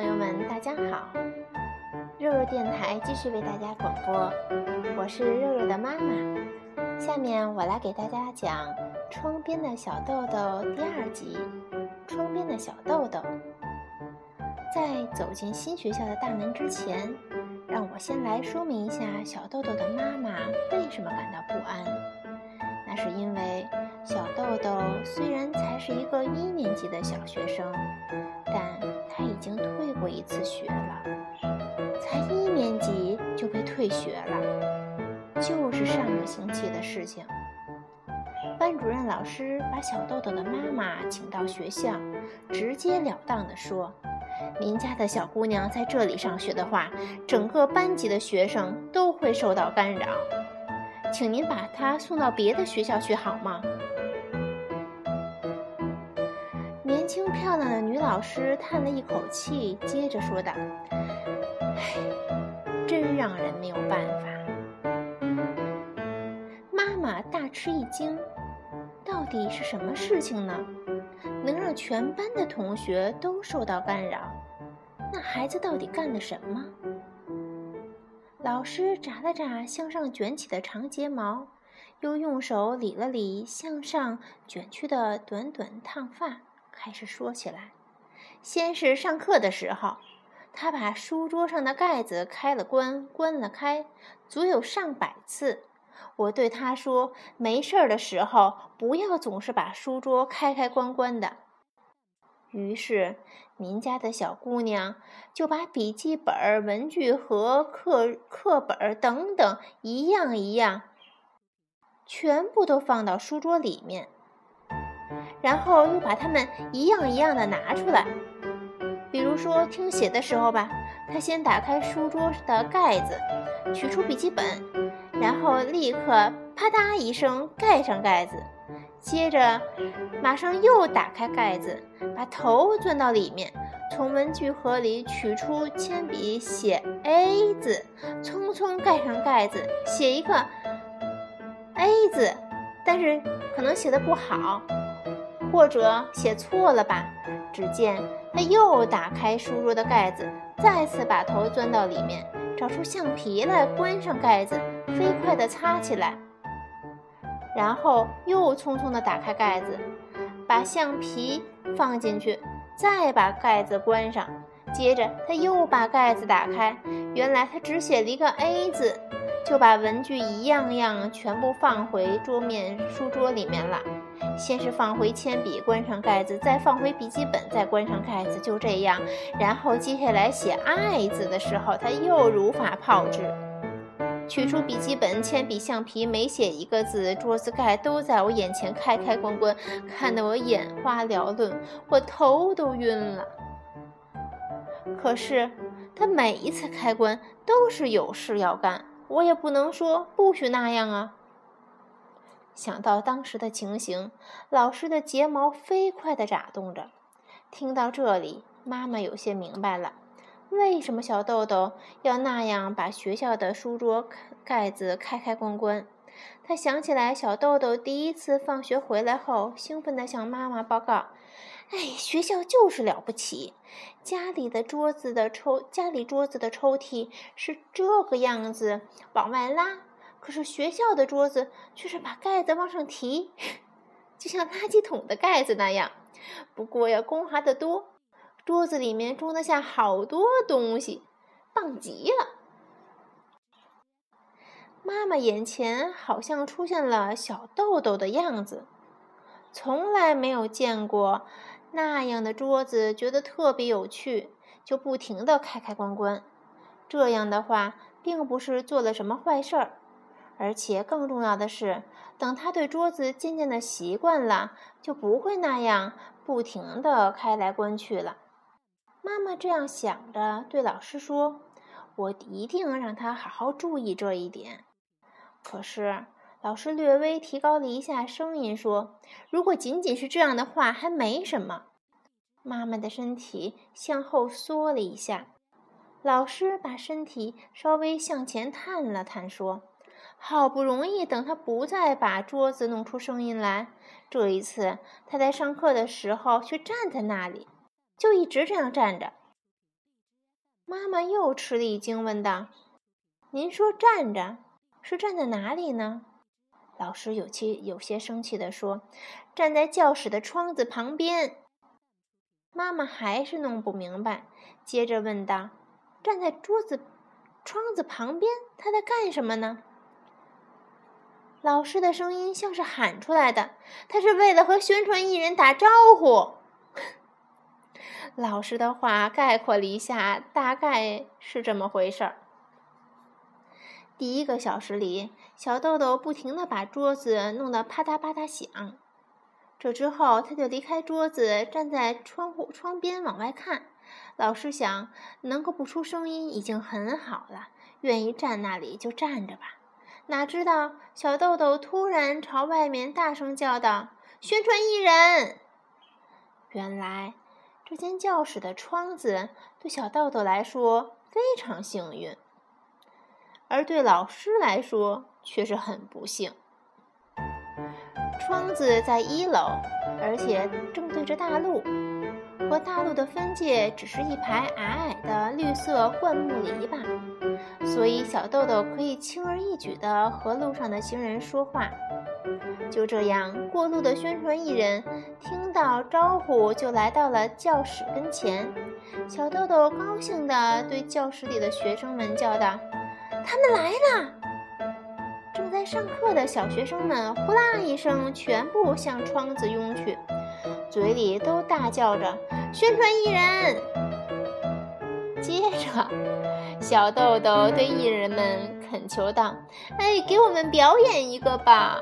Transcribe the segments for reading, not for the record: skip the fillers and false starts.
友们，大家好！肉肉电台继续为大家广播，我是肉肉的妈妈。下面我来给大家讲《窗边的小豆豆》第2集《窗边的小豆豆》。在走进新学校的大门之前，让我先来说明一下小豆豆的妈妈为什么感到不安。那是因为小豆豆虽然才是一个1年级的小学生，但他已经退过1次学了。才1年级就被退学了，就是上个星期的事情。班主任老师把小豆豆的妈妈请到学校，直截了当地说：您家的小姑娘在这里上学的话，整个班级的学生都会受到干扰，请您把她送到别的学校去好吗？年轻漂亮的女老师叹了一口气，接着说道：唉，真让人没有办法。妈妈大吃一惊，到底是什么事情呢？能让全班的同学都受到干扰？那孩子到底干了什么？老师眨了眨向上卷起的长睫毛，又用手理了理向上卷曲的短短烫发，开始说起来。先是上课的时候，他把书桌上的盖子开了关，关了开，足有上百次。我对他说，没事儿的时候不要总是把书桌开开关关的。于是您家的小姑娘就把笔记本、文具盒、课本等等一样一样全部都放到书桌里面，然后又把它们一样一样的拿出来。比如说听写的时候吧，她先打开书桌的盖子，取出笔记本，然后立刻啪嗒一声盖上盖子，接着马上又打开盖子，把头钻到里面，从文具盒里取出铅笔写 A 字，匆匆盖上盖子，写一个 A 字，但是可能写得不好，或者写错了吧。只见他又打开书桌的盖子，再次把头钻到里面，找出橡皮来，关上盖子，飞快地擦起来，然后又匆匆地打开盖子，把橡皮放进去，再把盖子关上。接着他又把盖子打开，原来他只写了一个 A 字，就把文具一样样全部放回书桌里面了。先是放回铅笔，关上盖子，再放回笔记本，再关上盖子，就这样。然后接下来写爱字的时候，他又如法炮制，取出笔记本、铅笔、橡皮，每写一个字，桌子盖都在我眼前开开关关，看得我眼花缭乱，我头都晕了。可是他每一次开关都是有事要干，我也不能说不许那样啊。想到当时的情形，老师的睫毛飞快地眨动着。听到这里，妈妈有些明白了，为什么小豆豆要那样把学校的书桌盖子开开关关。她想起来小豆豆第1次放学回来后，兴奋地向妈妈报告：哎，学校就是了不起，家里桌子的抽屉是这个样子往外拉，可是学校的桌子却是把盖子往上提，就像垃圾桶的盖子那样，不过要光滑得多，桌子里面装得下好多东西，棒极了。妈妈眼前好像出现了小豆豆的样子，从来没有见过那样的桌子，觉得特别有趣，就不停地开开关关。这样的话并不是做了什么坏事儿，而且更重要的是，等他对桌子渐渐的习惯了，就不会那样不停地开来关去了。妈妈这样想着，对老师说：我一定让他好好注意这一点。可是老师略微提高了一下声音说：如果仅仅是这样的话，还没什么。妈妈的身体向后缩了一下，老师把身体稍微向前探了探，说：好不容易等他不再把桌子弄出声音来，这一次他在上课的时候却站在那里，就一直这样站着。 妈妈又吃了一惊，问道：“您说站着，是站在哪里呢？”老师有些生气地说：“站在教室的窗子旁边。”妈妈还是弄不明白，接着问道：“站在窗子旁边，他在干什么呢？”老师的声音像是喊出来的，他是为了和宣传艺人打招呼。老师的话概括了一下，大概是这么回事儿。第1个小时里，小豆豆不停地把桌子弄得啪嗒啪嗒响。这之后，他就离开桌子，站在窗边往外看。老师想，能够不出声音已经很好了，愿意站那里就站着吧。哪知道小豆豆突然朝外面大声叫道：“宣传艺人！”原来这间教室的窗子对小豆豆来说非常幸运，而对老师来说却是很不幸。窗子在1楼，而且正对着大路，和大路的分界只是一排矮矮的绿色灌木篱笆，所以小豆豆可以轻而易举地和路上的行人说话。就这样，过路的宣传艺人听到招呼就来到了教室跟前。小豆豆高兴地对教室里的学生们叫道：“他们来了！”正在上课的小学生们呼啦一声全部向窗子拥去，嘴里都大叫着：“宣传艺人！”接着，小豆豆对艺人们恳求道：“给我们表演一个吧！”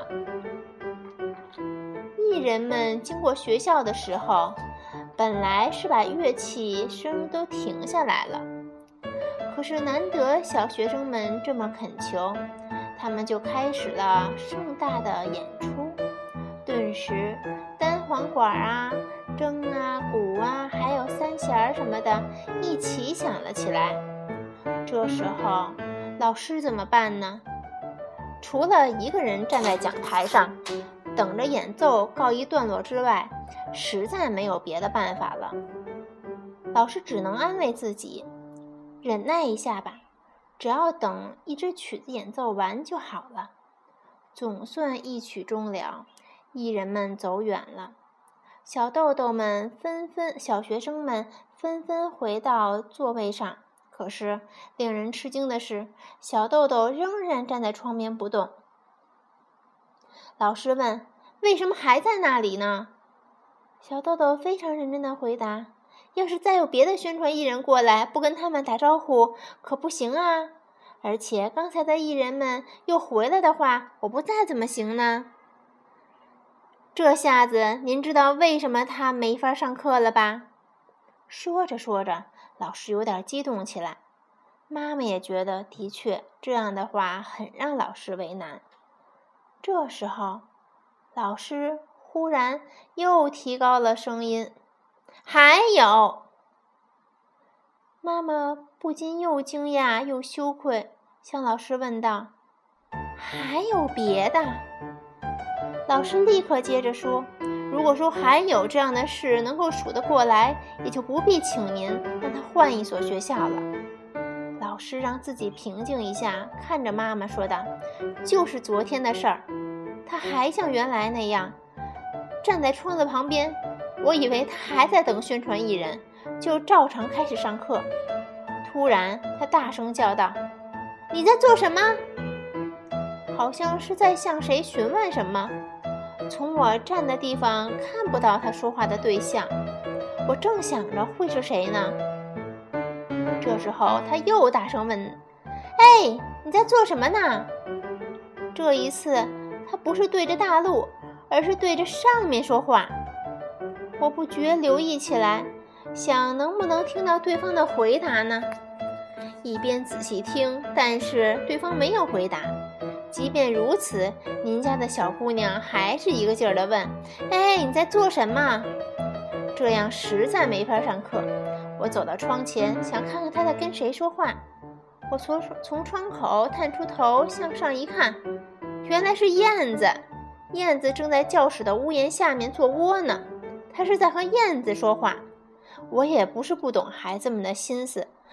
艺人们经过学校的时候，本来是把乐器声都停下来了，可是难得小学生们这么恳求，他们就开始了盛大的演出。顿时，单簧管啊、筝啊、鼓啊，还有三弦什么的一起响了起来。这时候，老师怎么办呢？除了一个人站在讲台上，等着演奏告一段落之外，实在没有别的办法了。老师只能安慰自己，忍耐一下吧，只要等一支曲子演奏完就好了。总算一曲终了，艺人们走远了，小学生们纷纷回到座位上。可是令人吃惊的是，小豆豆仍然站在窗边不动。老师问：“为什么还在那里呢？”小豆豆非常认真地回答：“要是再有别的宣传艺人过来，不跟他们打招呼可不行啊！而且刚才的艺人们又回来的话，我不在怎么行呢？”这下子您知道为什么他没法上课了吧？说着说着，老师有点激动起来。妈妈也觉得的确这样的话很让老师为难。这时候，老师忽然又提高了声音：“还有！”妈妈不禁又惊讶又羞愧，向老师问道：“还有别的？”老师立刻接着说：“如果说还有这样的事能够数得过来，也就不必请您让他换一所学校了。”老师让自己平静一下，看着妈妈说道：“就是昨天的事儿，他还像原来那样站在窗子旁边，我以为他还在等宣传艺人，就照常开始上课。突然他大声叫道：‘你在做什么？’好像是在向谁询问什么。从我站的地方看不到他说话的对象，我正想着会是谁呢。这时候他又大声问：‘你在做什么呢？’这一次他不是对着大路，而是对着上面说话。我不觉留意起来，想能不能听到对方的回答呢？一边仔细听，但是对方没有回答。即便如此，您家的小姑娘还是一个劲儿地问：‘你在做什么？’这样实在没法上课。我走到窗前，想看看她在跟谁说话。我从窗口探出头向上一看，原来是燕子。燕子正在教室的屋檐下面做窝呢，她是在和燕子说话。我也不是不懂孩子们的心思，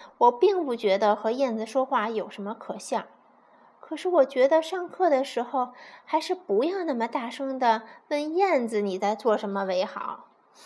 我并不觉得和燕子说话有什么可笑，可是我觉得上课的时候还是不要那么大声地问燕子你在做什么为好。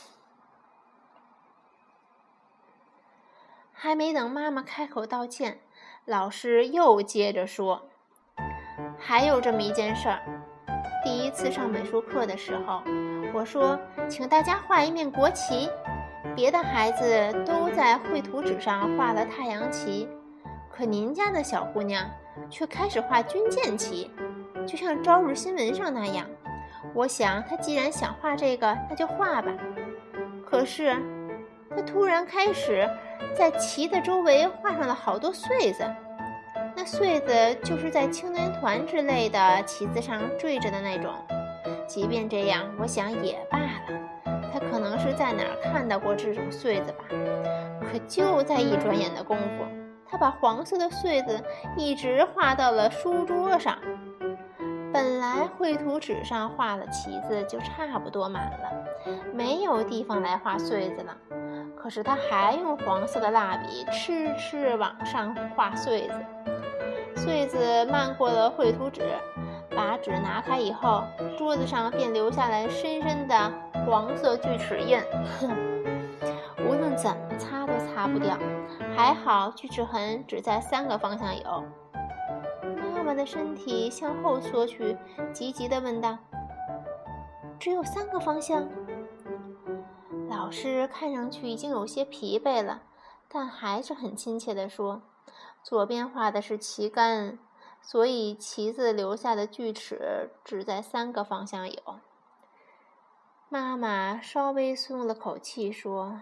还没等妈妈开口道歉，老师又接着说，还有这么一件事儿，第一次上美术课的时候，我说请大家画一面国旗，别的孩子都在绘图纸上画了太阳旗，可您家的小姑娘却开始画军舰旗，就像朝日新闻上那样。我想她既然想画这个，那就画吧。可是她突然开始在旗的周围画上了好多穗子，那穗子就是在青年团之类的旗子上缀着的那种。即便这样，我想也罢了，他可能是在哪儿看到过这种穗子吧。可就在一转眼的功夫，他把黄色的穗子一直画到了书桌上。本来绘图纸上画了旗子就差不多满了，没有地方来画穗子了。可是他还用黄色的蜡笔痴往上画穗子，穗子漫过了绘图纸，把纸拿开以后，桌子上便留下来深深的黄色锯齿印。无论怎么擦都擦不掉，还好锯齿痕只在3个方向有。妈妈的身体向后缩去，急急地问道，只有3个方向？老师看上去已经有些疲惫了，但还是很亲切地说，左边画的是旗杆，所以旗子留下的锯齿只在3个方向有。妈妈稍微松了口气说，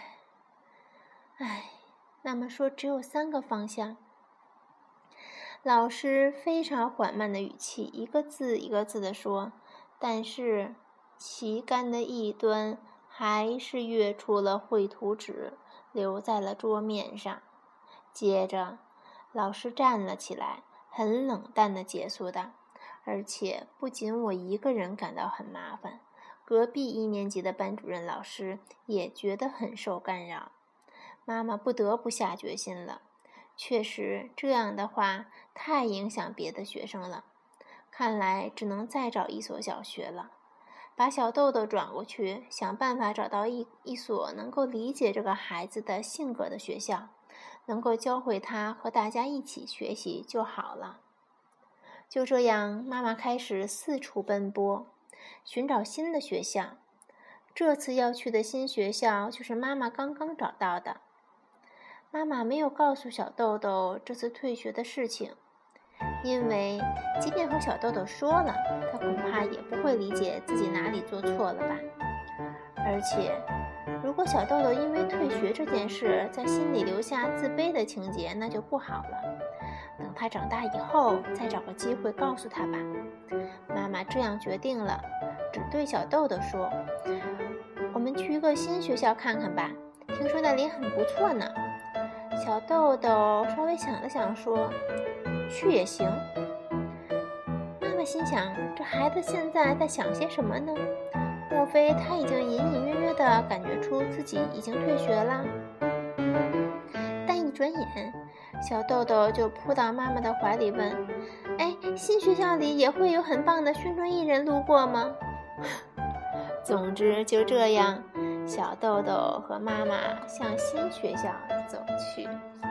唉，那么说只有3个方向。老师非常缓慢的语气，一个字一个字地说，但是旗杆的一端还是跃出了绘图纸，留在了桌面上。接着老师站了起来，很冷淡地结束的，而且不仅我一个人感到很麻烦，隔壁1年级的班主任老师也觉得很受干扰。妈妈不得不下决心了，确实这样的话太影响别的学生了，看来只能再找一所小学了。把小豆豆转过去，想办法找到一所能够理解这个孩子的性格的学校，能够教会他和大家一起学习就好了。就这样，妈妈开始四处奔波，寻找新的学校。这次要去的新学校就是妈妈刚刚找到的。妈妈没有告诉小豆豆这次退学的事情，因为即便和小豆豆说了，他恐怕也不会理解自己哪里做错了吧。而且如果小豆豆因为退学这件事在心里留下自卑的情节，那就不好了。等他长大以后再找个机会告诉他吧。妈妈这样决定了，只对小豆豆说，我们去一个新学校看看吧，听说那里很不错呢。小豆豆稍微想了想说，去也行。妈妈心想，这孩子现在在想些什么呢？莫非他已经隐隐约约地感觉出自己已经退学了？但一转眼，小豆豆就扑到妈妈的怀里问，哎，新学校里也会有很棒的宣传艺人路过吗？总之就这样，小豆豆和妈妈向新学校走去。